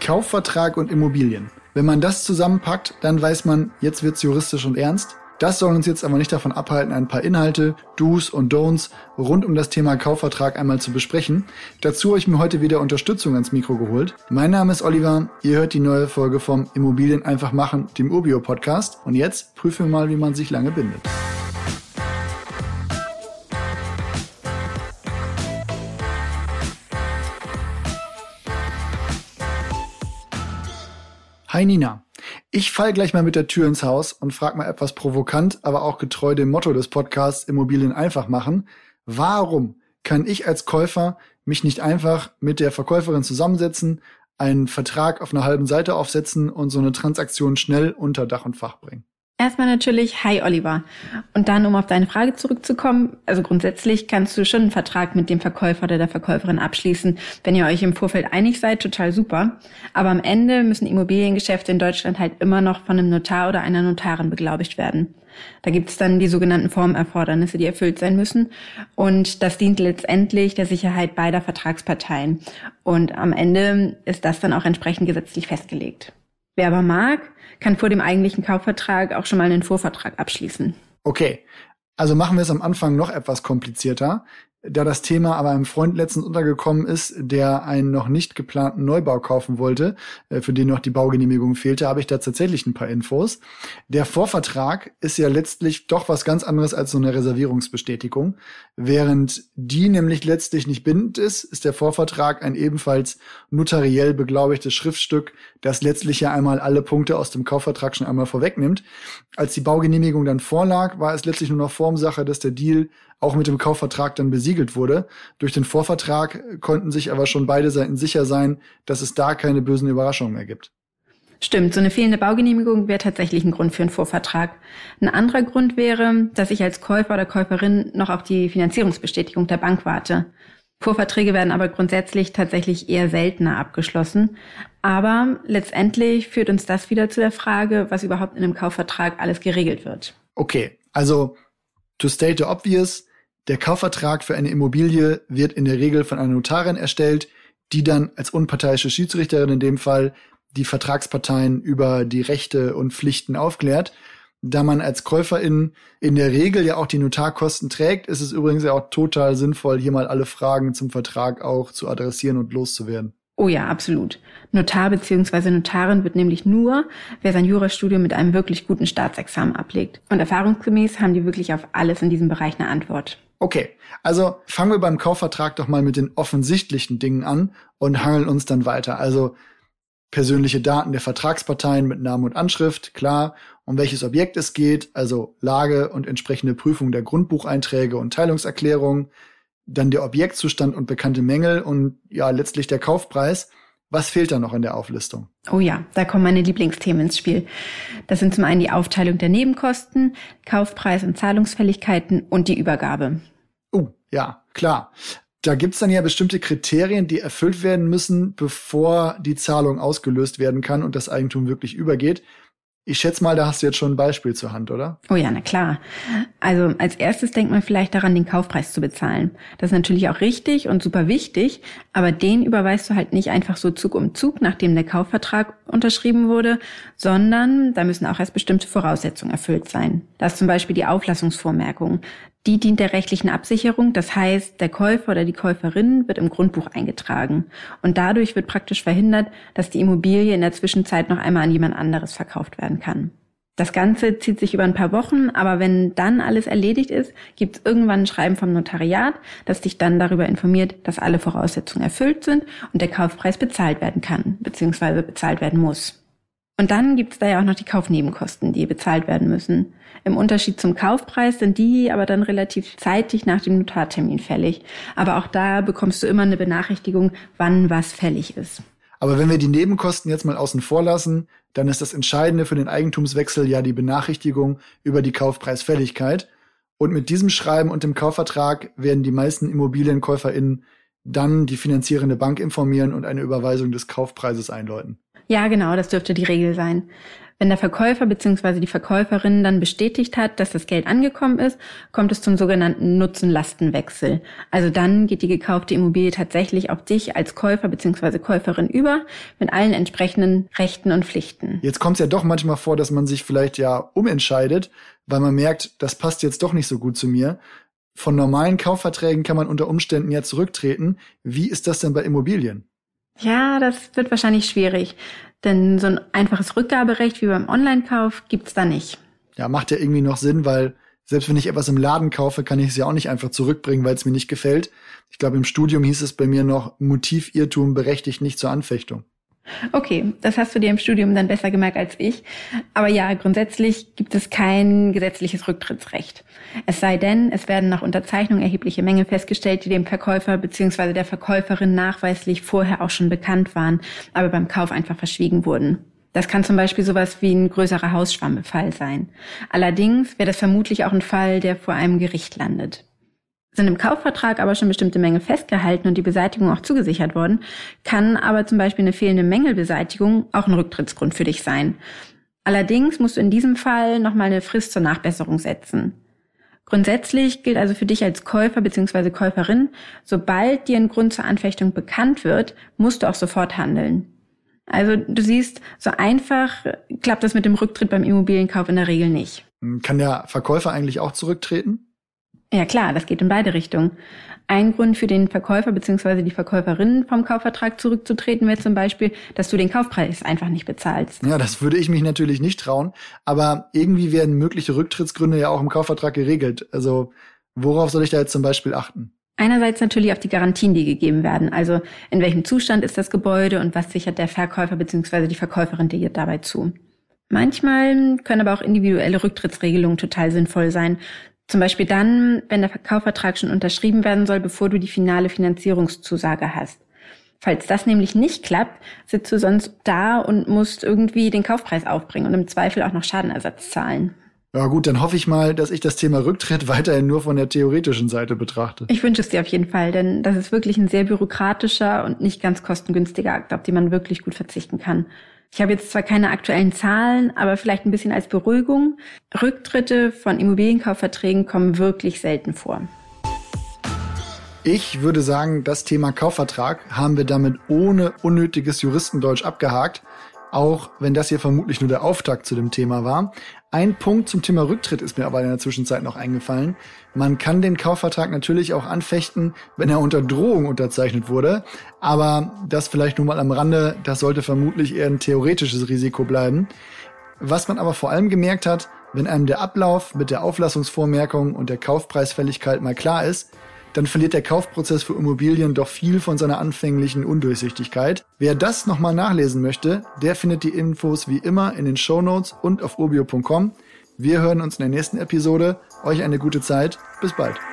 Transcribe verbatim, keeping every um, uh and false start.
Kaufvertrag und Immobilien. Wenn man das zusammenpackt, dann weiß man, jetzt wird's juristisch und ernst. Das soll uns jetzt aber nicht davon abhalten, ein paar Inhalte, Do's und Don'ts rund um das Thema Kaufvertrag einmal zu besprechen. Dazu habe ich mir heute wieder Unterstützung ans Mikro geholt. Mein Name ist Oliver, ihr hört die neue Folge vom Immobilien einfach machen, dem Urbio-Podcast. Und jetzt prüfen wir mal, wie man sich lange bindet. Hi Nina, ich fall gleich mal mit der Tür ins Haus und frag mal etwas provokant, aber auch getreu dem Motto des Podcasts Immobilien einfach machen. Warum kann ich als Käufer mich nicht einfach mit der Verkäuferin zusammensetzen, einen Vertrag auf einer halben Seite aufsetzen und so eine Transaktion schnell unter Dach und Fach bringen? Erstmal natürlich, hi Oliver. Und dann, um auf deine Frage zurückzukommen, also grundsätzlich kannst du schon einen Vertrag mit dem Verkäufer oder der Verkäuferin abschließen, wenn ihr euch im Vorfeld einig seid, total super. Aber am Ende müssen Immobiliengeschäfte in Deutschland halt immer noch von einem Notar oder einer Notarin beglaubigt werden. Da gibt es dann die sogenannten Formerfordernisse, die erfüllt sein müssen. Und das dient letztendlich der Sicherheit beider Vertragsparteien. Und am Ende ist das dann auch entsprechend gesetzlich festgelegt. Wer aber mag, kann vor dem eigentlichen Kaufvertrag auch schon mal einen Vorvertrag abschließen. Okay, also machen wir es am Anfang noch etwas komplizierter. Da das Thema aber einem Freund letztens untergekommen ist, der einen noch nicht geplanten Neubau kaufen wollte, für den noch die Baugenehmigung fehlte, habe ich da tatsächlich ein paar Infos. Der Vorvertrag ist ja letztlich doch was ganz anderes als so eine Reservierungsbestätigung. Während die nämlich letztlich nicht bindend ist, ist der Vorvertrag ein ebenfalls notariell beglaubigtes Schriftstück, das letztlich ja einmal alle Punkte aus dem Kaufvertrag schon einmal vorwegnimmt. Als die Baugenehmigung dann vorlag, war es letztlich nur noch Formsache, dass der Deal auch mit dem Kaufvertrag dann besiegelt wurde. Durch den Vorvertrag konnten sich aber schon beide Seiten sicher sein, dass es da keine bösen Überraschungen mehr gibt. Stimmt, so eine fehlende Baugenehmigung wäre tatsächlich ein Grund für einen Vorvertrag. Ein anderer Grund wäre, dass ich als Käufer oder Käuferin noch auf die Finanzierungsbestätigung der Bank warte. Vorverträge werden aber grundsätzlich tatsächlich eher seltener abgeschlossen. Aber letztendlich führt uns das wieder zu der Frage, was überhaupt in einem Kaufvertrag alles geregelt wird. Okay, also to state the obvious, der Kaufvertrag für eine Immobilie wird in der Regel von einer Notarin erstellt, die dann als unparteiische Schiedsrichterin in dem Fall die Vertragsparteien über die Rechte und Pflichten aufklärt. Da man als Käuferin in der Regel ja auch die Notarkosten trägt, ist es übrigens ja auch total sinnvoll, hier mal alle Fragen zum Vertrag auch zu adressieren und loszuwerden. Oh ja, absolut. Notar bzw. Notarin wird nämlich nur, wer sein Jurastudium mit einem wirklich guten Staatsexamen ablegt. Und erfahrungsgemäß haben die wirklich auf alles in diesem Bereich eine Antwort. Okay, also fangen wir beim Kaufvertrag doch mal mit den offensichtlichen Dingen an und hangeln uns dann weiter. Also persönliche Daten der Vertragsparteien mit Namen und Anschrift, klar, um welches Objekt es geht, also Lage und entsprechende Prüfung der Grundbucheinträge und Teilungserklärungen, dann der Objektzustand und bekannte Mängel und ja, letztlich der Kaufpreis. Was fehlt da noch in der Auflistung? Oh ja, da kommen meine Lieblingsthemen ins Spiel. Das sind zum einen die Aufteilung der Nebenkosten, Kaufpreis und Zahlungsfälligkeiten und die Übergabe. Oh, ja, klar. Da gibt's dann ja bestimmte Kriterien, die erfüllt werden müssen, bevor die Zahlung ausgelöst werden kann und das Eigentum wirklich übergeht. Ich schätze mal, da hast du jetzt schon ein Beispiel zur Hand, oder? Oh ja, na klar. Also als erstes denkt man vielleicht daran, den Kaufpreis zu bezahlen. Das ist natürlich auch richtig und super wichtig, aber den überweist du halt nicht einfach so Zug um Zug, nachdem der Kaufvertrag unterschrieben wurde, sondern da müssen auch erst bestimmte Voraussetzungen erfüllt sein. Das ist zum Beispiel die Auflassungsvormerkung. Die dient der rechtlichen Absicherung, das heißt, der Käufer oder die Käuferin wird im Grundbuch eingetragen. Und dadurch wird praktisch verhindert, dass die Immobilie in der Zwischenzeit noch einmal an jemand anderes verkauft werden kann. Das Ganze zieht sich über ein paar Wochen, aber wenn dann alles erledigt ist, gibt es irgendwann ein Schreiben vom Notariat, das dich dann darüber informiert, dass alle Voraussetzungen erfüllt sind und der Kaufpreis bezahlt werden kann, beziehungsweise bezahlt werden muss. Und dann gibt es da ja auch noch die Kaufnebenkosten, die bezahlt werden müssen. Im Unterschied zum Kaufpreis sind die aber dann relativ zeitig nach dem Notartermin fällig. Aber auch da bekommst du immer eine Benachrichtigung, wann was fällig ist. Aber wenn wir die Nebenkosten jetzt mal außen vor lassen, dann ist das Entscheidende für den Eigentumswechsel ja die Benachrichtigung über die Kaufpreisfälligkeit. Und mit diesem Schreiben und dem Kaufvertrag werden die meisten ImmobilienkäuferInnen dann die finanzierende Bank informieren und eine Überweisung des Kaufpreises einläuten. Ja, genau, das dürfte die Regel sein. Wenn der Verkäufer bzw. die Verkäuferin dann bestätigt hat, dass das Geld angekommen ist, kommt es zum sogenannten Nutzen-Lasten-Wechsel. Also dann geht die gekaufte Immobilie tatsächlich auf dich als Käufer bzw. Käuferin über, mit allen entsprechenden Rechten und Pflichten. Jetzt kommt es ja doch manchmal vor, dass man sich vielleicht ja umentscheidet, weil man merkt, das passt jetzt doch nicht so gut zu mir. Von normalen Kaufverträgen kann man unter Umständen ja zurücktreten. Wie ist das denn bei Immobilien? Ja, das wird wahrscheinlich schwierig, denn so ein einfaches Rückgaberecht wie beim Online-Kauf gibt's da nicht. Ja, macht ja irgendwie noch Sinn, weil selbst wenn ich etwas im Laden kaufe, kann ich es ja auch nicht einfach zurückbringen, weil es mir nicht gefällt. Ich glaube, im Studium hieß es bei mir noch, Motivirrtum berechtigt nicht zur Anfechtung. Okay, das hast du dir im Studium dann besser gemerkt als ich. Aber ja, grundsätzlich gibt es kein gesetzliches Rücktrittsrecht. Es sei denn, es werden nach Unterzeichnung erhebliche Mängel festgestellt, die dem Verkäufer bzw. der Verkäuferin nachweislich vorher auch schon bekannt waren, aber beim Kauf einfach verschwiegen wurden. Das kann zum Beispiel sowas wie ein größerer Hausschwammbefall sein. Allerdings wäre das vermutlich auch ein Fall, der vor einem Gericht landet. Sind im Kaufvertrag aber schon bestimmte Mängel festgehalten und die Beseitigung auch zugesichert worden, kann aber zum Beispiel eine fehlende Mängelbeseitigung auch ein Rücktrittsgrund für dich sein. Allerdings musst du in diesem Fall nochmal eine Frist zur Nachbesserung setzen. Grundsätzlich gilt also für dich als Käufer bzw. Käuferin, sobald dir ein Grund zur Anfechtung bekannt wird, musst du auch sofort handeln. Also du siehst, so einfach klappt das mit dem Rücktritt beim Immobilienkauf in der Regel nicht. Kann der Verkäufer eigentlich auch zurücktreten? Ja klar, das geht in beide Richtungen. Ein Grund für den Verkäufer bzw. die Verkäuferin vom Kaufvertrag zurückzutreten wäre zum Beispiel, dass du den Kaufpreis einfach nicht bezahlst. Ja, das würde ich mich natürlich nicht trauen, aber irgendwie werden mögliche Rücktrittsgründe ja auch im Kaufvertrag geregelt. Also worauf soll ich da jetzt zum Beispiel achten? Einerseits natürlich auf die Garantien, die gegeben werden. Also in welchem Zustand ist das Gebäude und was sichert der Verkäufer bzw. die Verkäuferin dir dabei zu. Manchmal können aber auch individuelle Rücktrittsregelungen total sinnvoll sein. Zum Beispiel dann, wenn der Kaufvertrag schon unterschrieben werden soll, bevor du die finale Finanzierungszusage hast. Falls das nämlich nicht klappt, sitzt du sonst da und musst irgendwie den Kaufpreis aufbringen und im Zweifel auch noch Schadenersatz zahlen. Ja gut, dann hoffe ich mal, dass ich das Thema Rücktritt weiterhin nur von der theoretischen Seite betrachte. Ich wünsche es dir auf jeden Fall, denn das ist wirklich ein sehr bürokratischer und nicht ganz kostengünstiger Akt, auf den man wirklich gut verzichten kann. Ich habe jetzt zwar keine aktuellen Zahlen, aber vielleicht ein bisschen als Beruhigung. Rücktritte von Immobilienkaufverträgen kommen wirklich selten vor. Ich würde sagen, das Thema Kaufvertrag haben wir damit ohne unnötiges Juristendeutsch abgehakt, auch wenn das hier vermutlich nur der Auftakt zu dem Thema war. Ein Punkt zum Thema Rücktritt ist mir aber in der Zwischenzeit noch eingefallen. Man kann den Kaufvertrag natürlich auch anfechten, wenn er unter Drohung unterzeichnet wurde. Aber das vielleicht nur mal am Rande, das sollte vermutlich eher ein theoretisches Risiko bleiben. Was man aber vor allem gemerkt hat, wenn einem der Ablauf mit der Auflassungsvormerkung und der Kaufpreisfälligkeit mal klar ist, dann verliert der Kaufprozess für Immobilien doch viel von seiner anfänglichen Undurchsichtigkeit. Wer das nochmal nachlesen möchte, der findet die Infos wie immer in den Shownotes und auf urbio punkt com. Wir hören uns in der nächsten Episode. Euch eine gute Zeit. Bis bald.